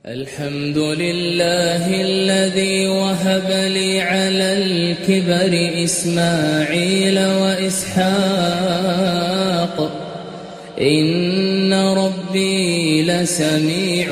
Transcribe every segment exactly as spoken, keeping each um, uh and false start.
الحمد لله الذي وهب لي على الكبر إسماعيل وإسحاق إن ربي لسميع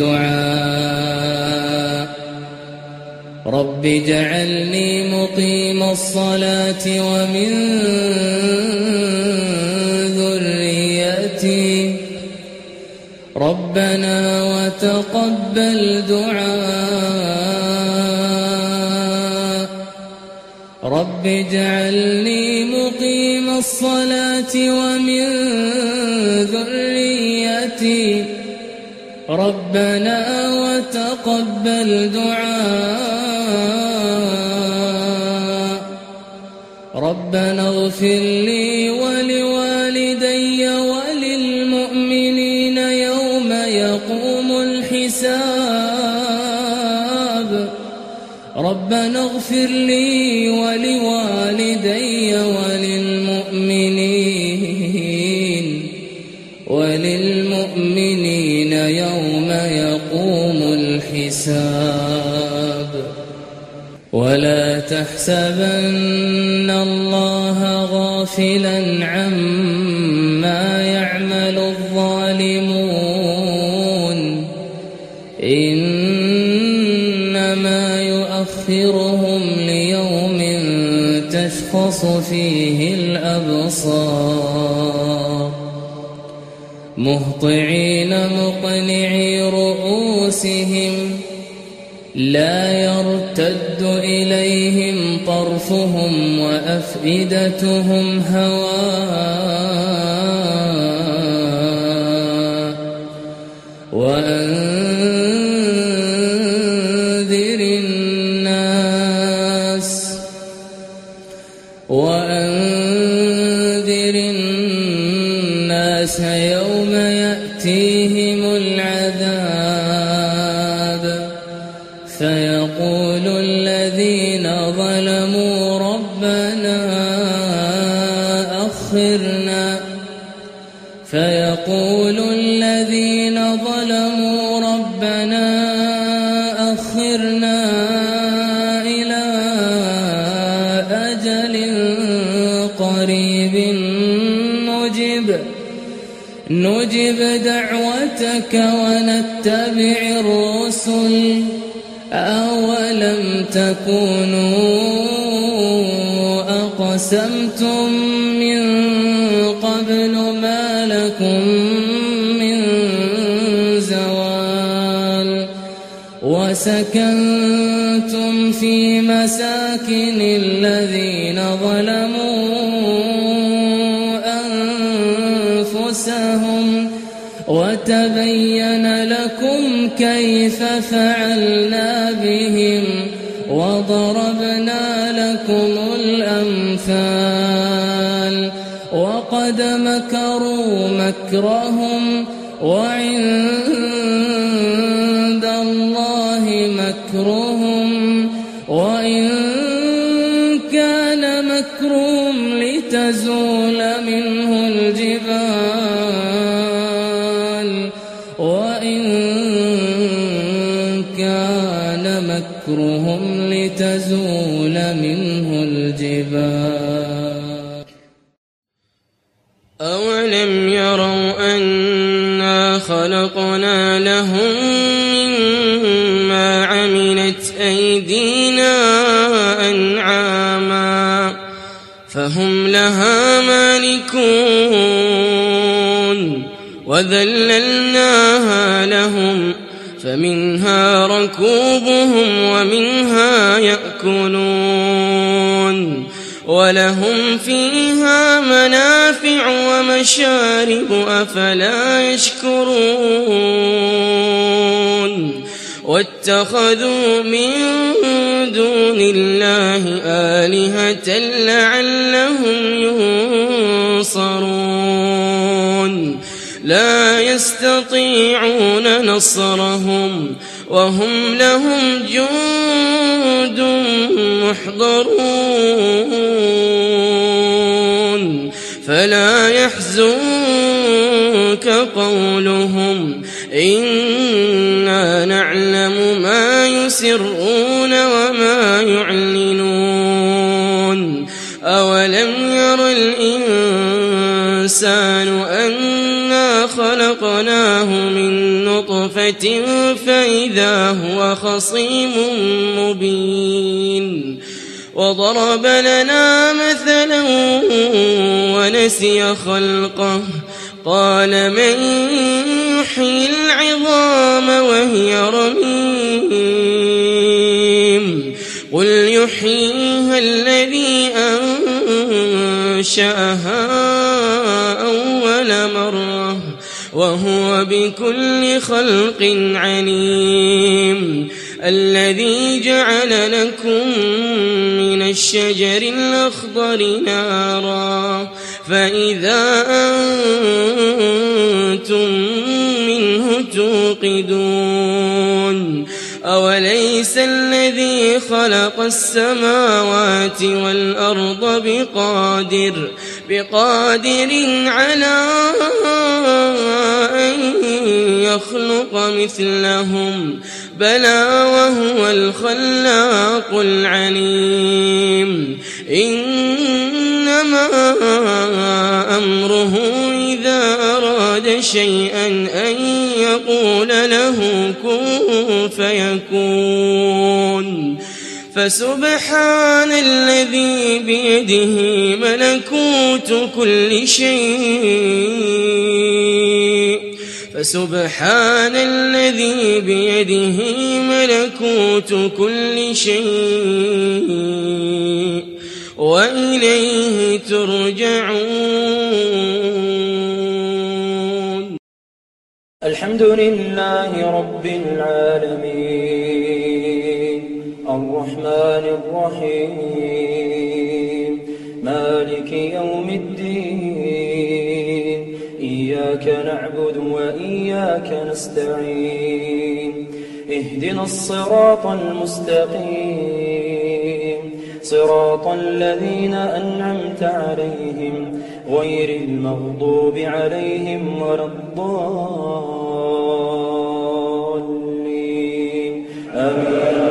الدعاء رب اجعلني مقيم الصلاة ومن ذريتي ربنا وتقبل دعاء رب اجعلني مقيم الصلاة ومن ذريتي ربنا وتقبل دعاء ربنا اغفر لي ولوالدي وللمؤمنين يوم يقوم الحساب ربنا اغفر لي ولوالدي وللمؤمنين وللمؤمنين يوم يقوم الحساب ولا تحسبن الله غافلا عما يعمل الظالمون إنما يؤخرهم ليوم تشخص فيه الأبصار مهطعين مقنعي رؤوسهم لا يرتد إليهم طرفهم وأفئدتهم هواء وأنذر الناس وأنذر الناس يوم يأتيهم العذاب فيقول الذين ظلموا ربنا أخرنا فيقول الذين ظلموا ربنا أخرنا إلى أجل قريب نجب نجب دعوتك ونتبع الرسل أولم تكونوا أقسمتم من قبل ما لكم من زوال وسكنتم في مساكن الذين ظلموا أنفسهم وتبين لكم كيف فعلنا بهم وضربنا لكم الأمثال وقد مكروا مكرهم وعند الله مكرهم وإن كان مكرهم لتزول منه الجبال وإن كان مكرهم لتزول منه الجبال أولم يروا أنا خلقنا لهم مما عملت أيدينا أنعاما فهم لها مالكون وذللناها لهم فمنها ركوبهم ومنها يأكلون ولهم فيها منافع ومشارب أفلا يشكرون واتخذوا من دون الله آلهة لعلهم ينصرون لا يستطيعون نصرهم وهم لهم جند محضرون فلا يحزنك قولهم إنا ونعلم ما يسرون وما يعلنون أولم ير الإنسان أنا خلقناه من نطفة فإذا هو خصيم مبين وضرب لنا مثلا ونسي خلقه قال من يحيي العظام وهي رميم قل يحييها الذي أنشأها أول مرة وهو بكل خلق عليم الذي جعل لكم من الشجر الأخضر نارا فإذا أنتم منه توقدون أوليس الذي خلق السماوات والأرض بقادر بقادر على أن يخلق مثلهم بلى وهو الخلاق العليم إنما أمره إذا أراد شيئا أن يقول له كن فيكون فسبحان الذي بيده ملكوت كل شيء فسبحان الذي بيده ملكوت كل شيء وإليه ترجعون. الحمد لله رب العالمين الرحمن الرحيم مالك يوم الدين إياك نعبد وإياك نستعين اهدنا الصراط المستقيم صراط الذين أنعمت عليهم غير المغضوب عليهم ولا الضالين آمين.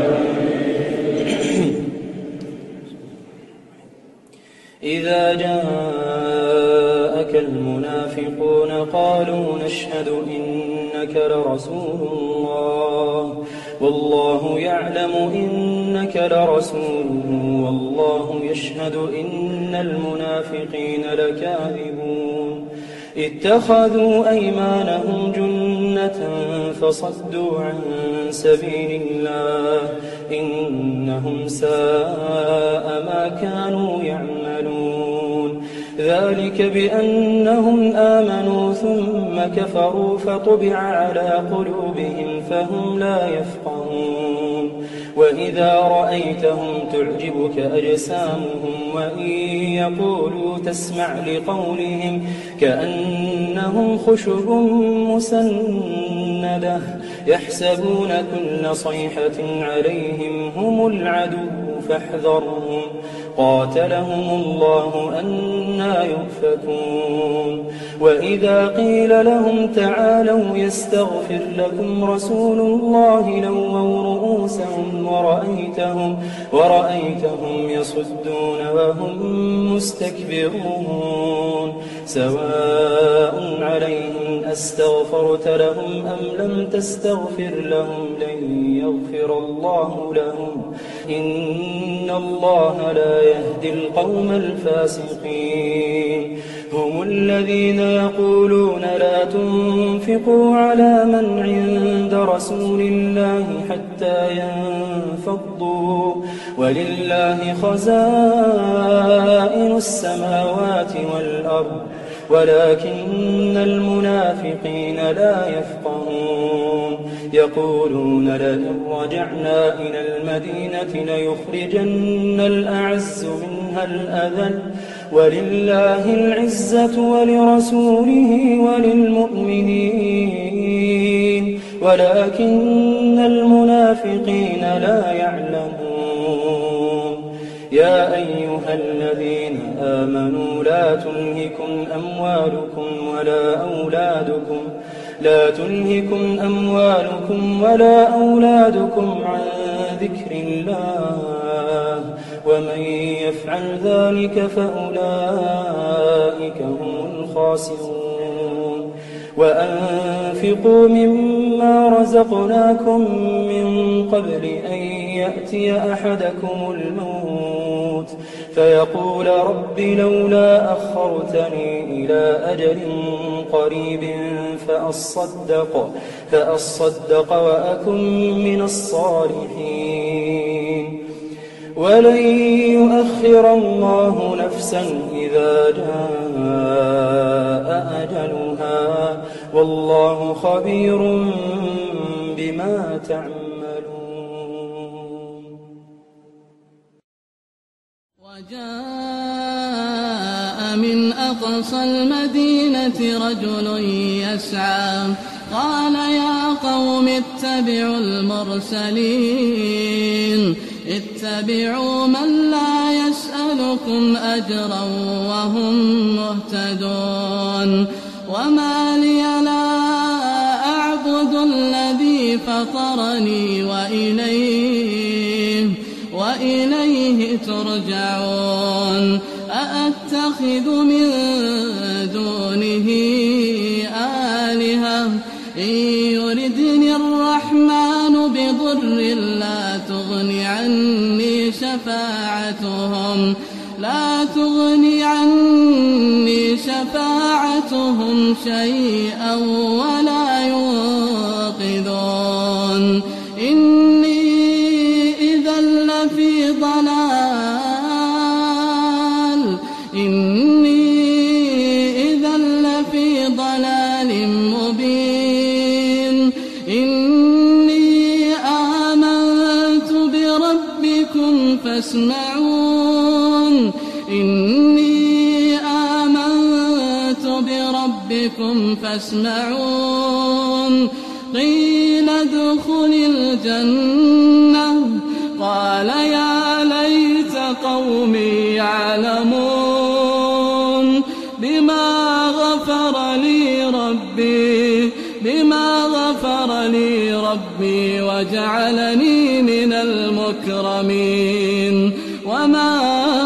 إذا جاءك المنافقون قالوا نشهد إنك لرسول الله والله يعلم إنك لرسوله والله يشهد إن المنافقين لكاذبون اتخذوا أيمانهم جنة فصدوا عن سبيل الله إنهم ساء ما كانوا يعملون ذلك بأنهم آمنوا ثم كفروا فطبع على قلوبهم فهم لا يفقهون وإذا رأيتهم تعجبك أجسامهم وإن يقولوا تسمع لقولهم كأنهم خشب مسندة يحسبون كل صيحة عليهم هم العدو فاحذرهم قاتلهم الله أنى يؤفكون وإذا قيل لهم تعالوا يستغفر لكم رسول الله لووا رؤوسهم ورأيتهم, ورأيتهم يصدون وهم مستكبرون سواء عليهم أستغفرت لهم أم لم تستغفر لهم لن يغفر الله لهم إن الله لا يهدي القوم الفاسقين هم الذين يقولون لا تنفقوا على من عند رسول الله حتى ينفضوا ولله خزائن السماوات والأرض ولكن المنافقين لا يفقهون يقولون لئن رجعنا إلى المدينة ليخرجن الأعز منها الأذل ولله العزة ولرسوله وللمؤمنين ولكن المنافقين لا يعلمون يا أيها الذين آمنوا لا تلهكم أموالكم ولا أولادكم لا تلهكم أموالكم ولا أولادكم عن ذكر الله ومن يفعل ذلك فأولئك هم الخاسرون وأنفقوا مما رزقناكم من قبل أن يأتي أحدكم الموت فيقول رب لولا أخرتني إلى أجل قريب فأصدق, فأصدق وأكن من الصالحين ولن يؤخر الله نفسا إذا جاء أجلها والله خبير بما تعملون. وجاء من أقصى المدينة رجل يسعى قال يا قوم اتبعوا المرسلين اتبعوا من لا يسألكم أجرا وهم مهتدون وما لي لا أعبد الذي فطرني وإليه وإليه ترجعون أأتخذ من دونه آلهة إن يردني الرحمن بضر لا تغني عني شفاعتهم لا تغني عني شفاعتهم شيئا ولا ينقذون إني إذا لفي ضلال إني إذا لفي ضلال مبين إني آمنت بربكم فاسمعون إني آمنت بربكم فاسمعون قيل ادخل الجنة قال يا ليت قومي يعلمون بما غفر لي ربي بما غفر لي ربي وجعلني من المكرمين وما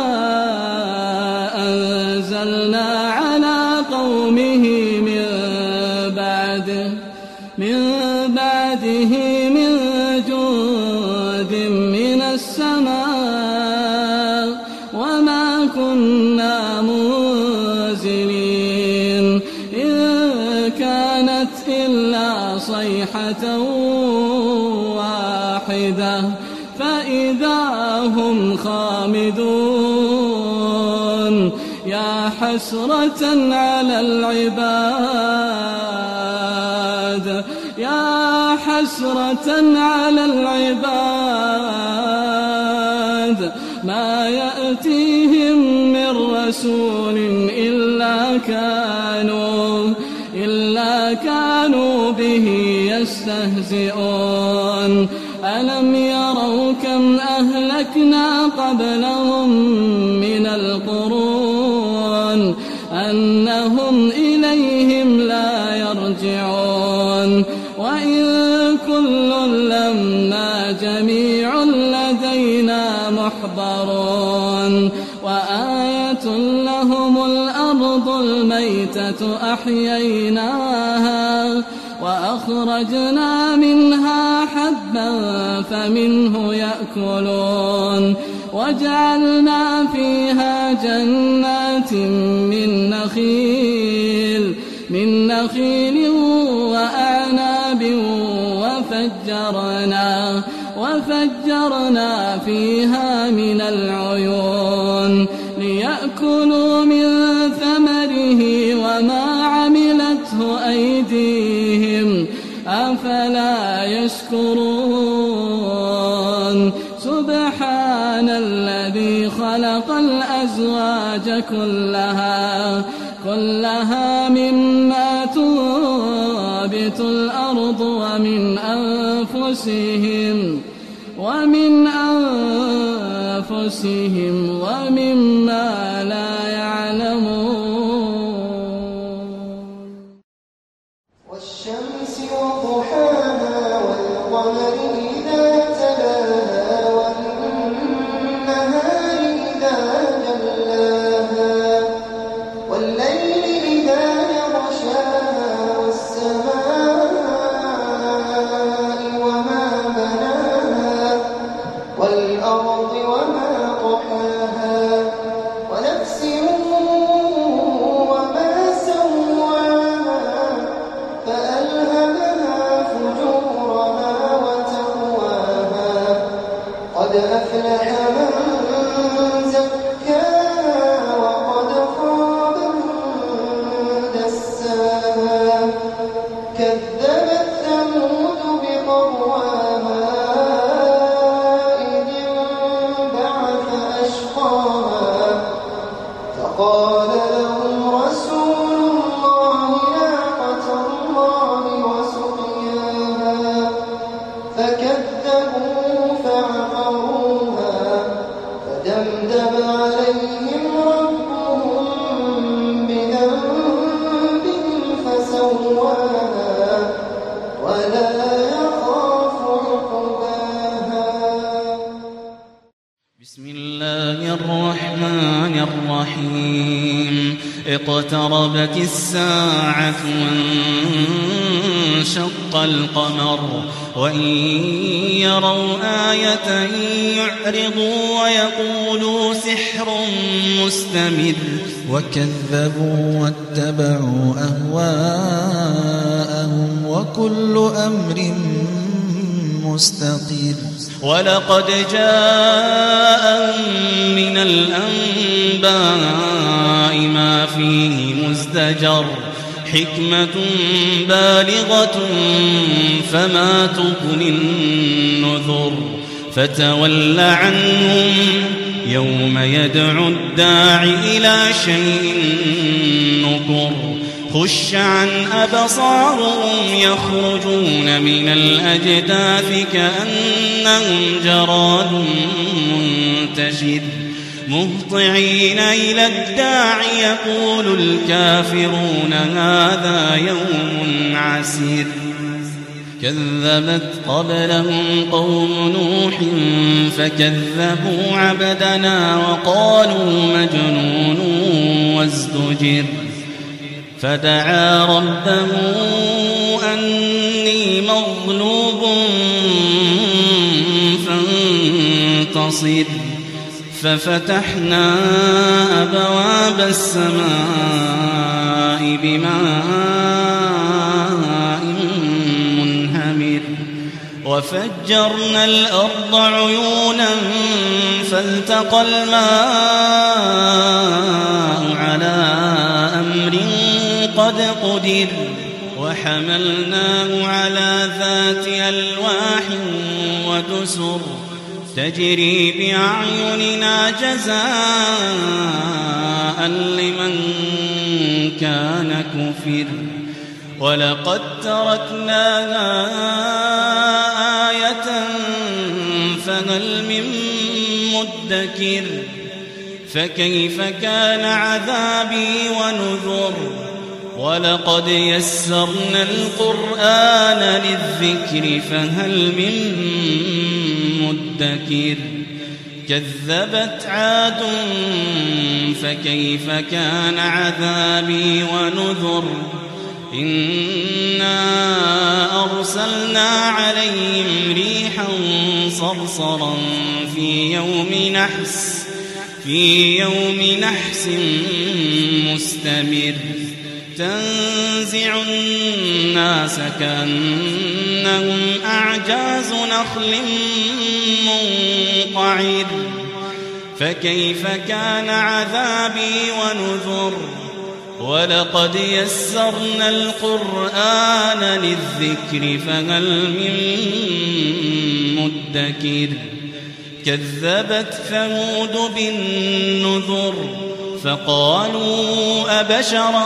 أنزلنا على قومه من بعده من بعده من جند من السماء وما كنا منزلين إن كانت إلا صيحة واحدة فإذا هم خامدون يا حسرة على العباد يا حسرة على العباد ما يأتيهم من رسول إلا كانوا إلا كانوا به يستهزئون ألم يروا كم أهلكنا قبلهم من القرون أنهم إليهم لا يرجعون وإن كل لما جميع لدينا محضرون وآية لهم الأرض الميتة أحييناها وأخرجنا منها حبا فمنه يأكلون وجعلنا فيها جنات من نخيل من نخيل وأعناب وفجرنا وفجرنا فيها من العيون ليأكلوا من ثمره وما عملته أيديهم أفلا يشكرون سبحان الذي خلق الأزواج كلها كلها مما تنبت الأرض ومن أنفسهم ومن أنفسهم ومما لا يعلمون. والشمس ولا يخاف عقباها. بسم الله الرحمن الرحيم. اقتربت الساعة وانشق القمر وإن يروا آية يعرضوا ويقولوا سحر مستمر وكذبوا واتبعوا أهواءهم وكل أمر مستقر. ولقد جاءهم من الأنباء ما فيه مزدجر حكمة بالغة فما تغني النذر. فتول عنهم يوم يدعو الداع إلى شيء نكر. خش عن أبصارهم يخرجون من الأجداث كأنهم جراد منتشر مهطعين إلى الداع يقول الكافرون هذا يوم عسير. كذبت قبلهم قوم نوح فكذبوا عبدنا وقالوا مجنون وازدجر. فدعا ربه أني مغلوب فانتصر. ففتحنا أبواب السماء بماء منهمر وفجرنا الأرض عيونا فالتقى الماء على أمر قد قدر. وحملناه على ذات ألواح ودسر تجري بأعيننا جزاء لمن كان كفر. ولقد تركناها آية فهل من مدكر. فكيف كان عذابي ونذر. ولقد يسرنا القرآن للذكر فهل من مدكر. كذبت عاد فكيف كان عذابي ونذر. إنا أرسلنا عليهم ريحا صرصرا في يوم نحس في يوم نحس مستمر تنزع الناس كأنهم أعجاز نخل منقعر. فكيف كان عذابي ونذر. ولقد يسرنا القرآن للذكر فهل من مدكر. كذبت ثمود بالنذر فقالوا أبشرا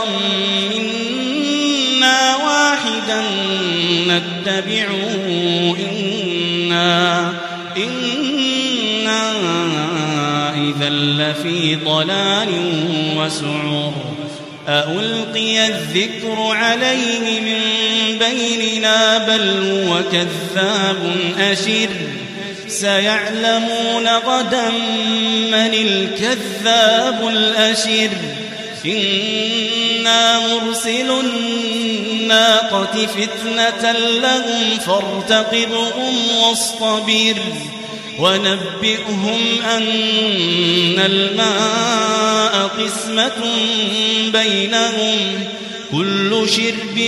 منا واحدا نتبعه إنا إنا إذا لفي ضلال وسعر. أألقي الذكر عليه من بيننا بل هو كذاب أشر. سيعلمون غدا من الكذاب الأشر. إنا مرسل الناقة فتنة لهم فارتقبهم واصطبر. ونبئهم أن الماء قسمة بينهم كل شرب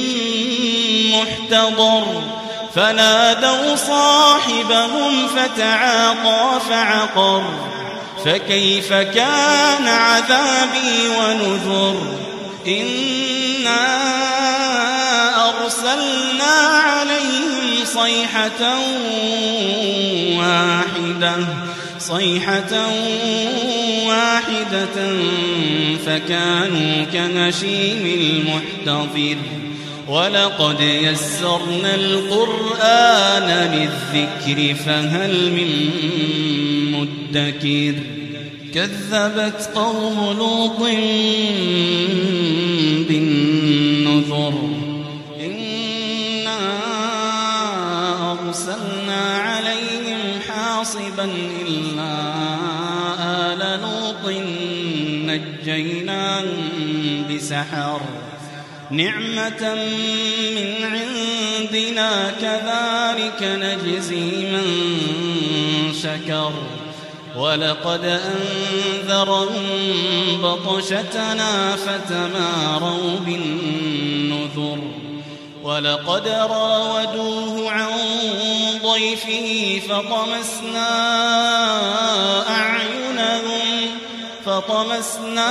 محتضر. فنادوا صاحبهم فتعاطى فعقر. فكيف كان عذابي ونذر. إنا أرسلنا عليهم صيحة واحدة صيحة واحدة فكانوا كنشيم المحتضر. ولقد يسرنا القرآن للذكر فهل من مدكر. كذبت قوم لوط بالنذر. إنا أرسلنا عليهم حاصبا إلا آل لوط نجيناهم بسحر نعمة من عندنا كذلك نجزي من شكر ولقد أنذرهم بطشتنا فتماروا بالنذر ولقد راودوه عن ضيفه فطمسنا أعينهم فطمسنا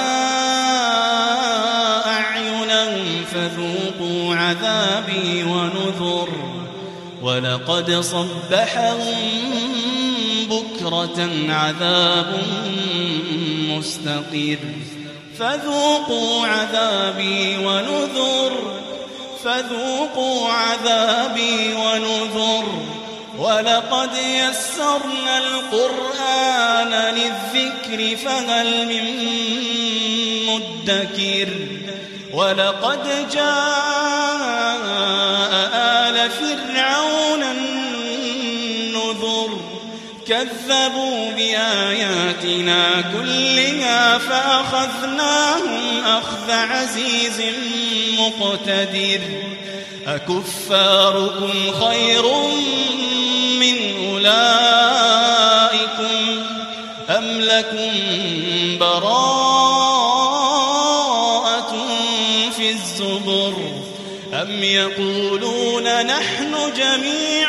أعينهم فذوقوا عذابي ونذر ولقد صبحهم بكرة عذاب مستقر فذوقوا عذابي ونذر فذوقوا عذابي ونذر ولقد يسرنا القرآن للذكر فهل من مدكر ولقد جاء آل فرعون النذر كذبوا بآياتنا كلها فأخذناهم أخذ عزيز مقتدر أكفاركم خير من أولئكم أم لكم براءة في الزبر أم يقولون نحن جميع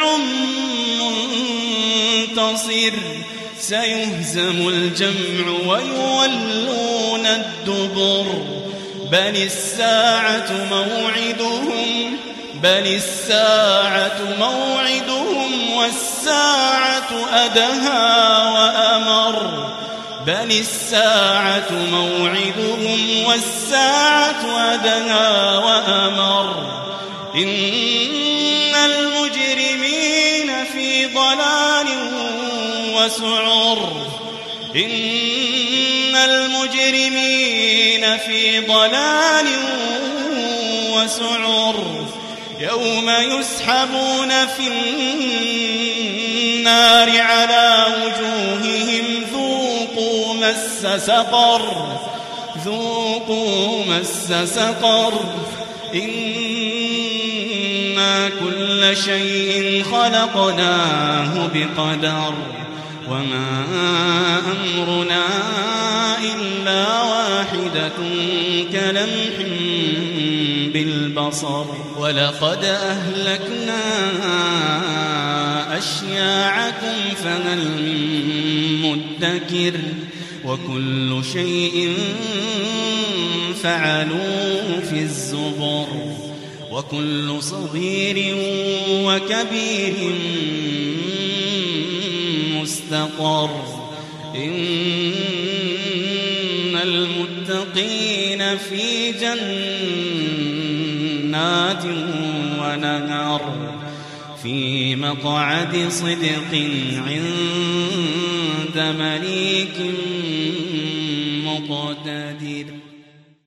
منتصر سيهزم الجمع ويولون الدبر بل الساعة موعدهم بل الساعة موعدهم والساعة أدهى وأمر بل الساعة موعدهم والساعة أدهى وأمر إن المجرمين في ضلال وسعر إن المجرمين في ضلال وسعر يوم يسحبون في النار على وجوههم ذوقوا مس سقر ذوقوا مس سقر إنا كل شيء خلقناه بقدر وما أمرنا إلا واحدة كلمح بالبصر ولقد أهلكنا أشياعكم فهل من مدكر وكل شيء فعلوه في الزبر وكل صغير وكبير مستقر إن المتقين في جنات ونهر في مقعد صدق عند مليك مقتدر.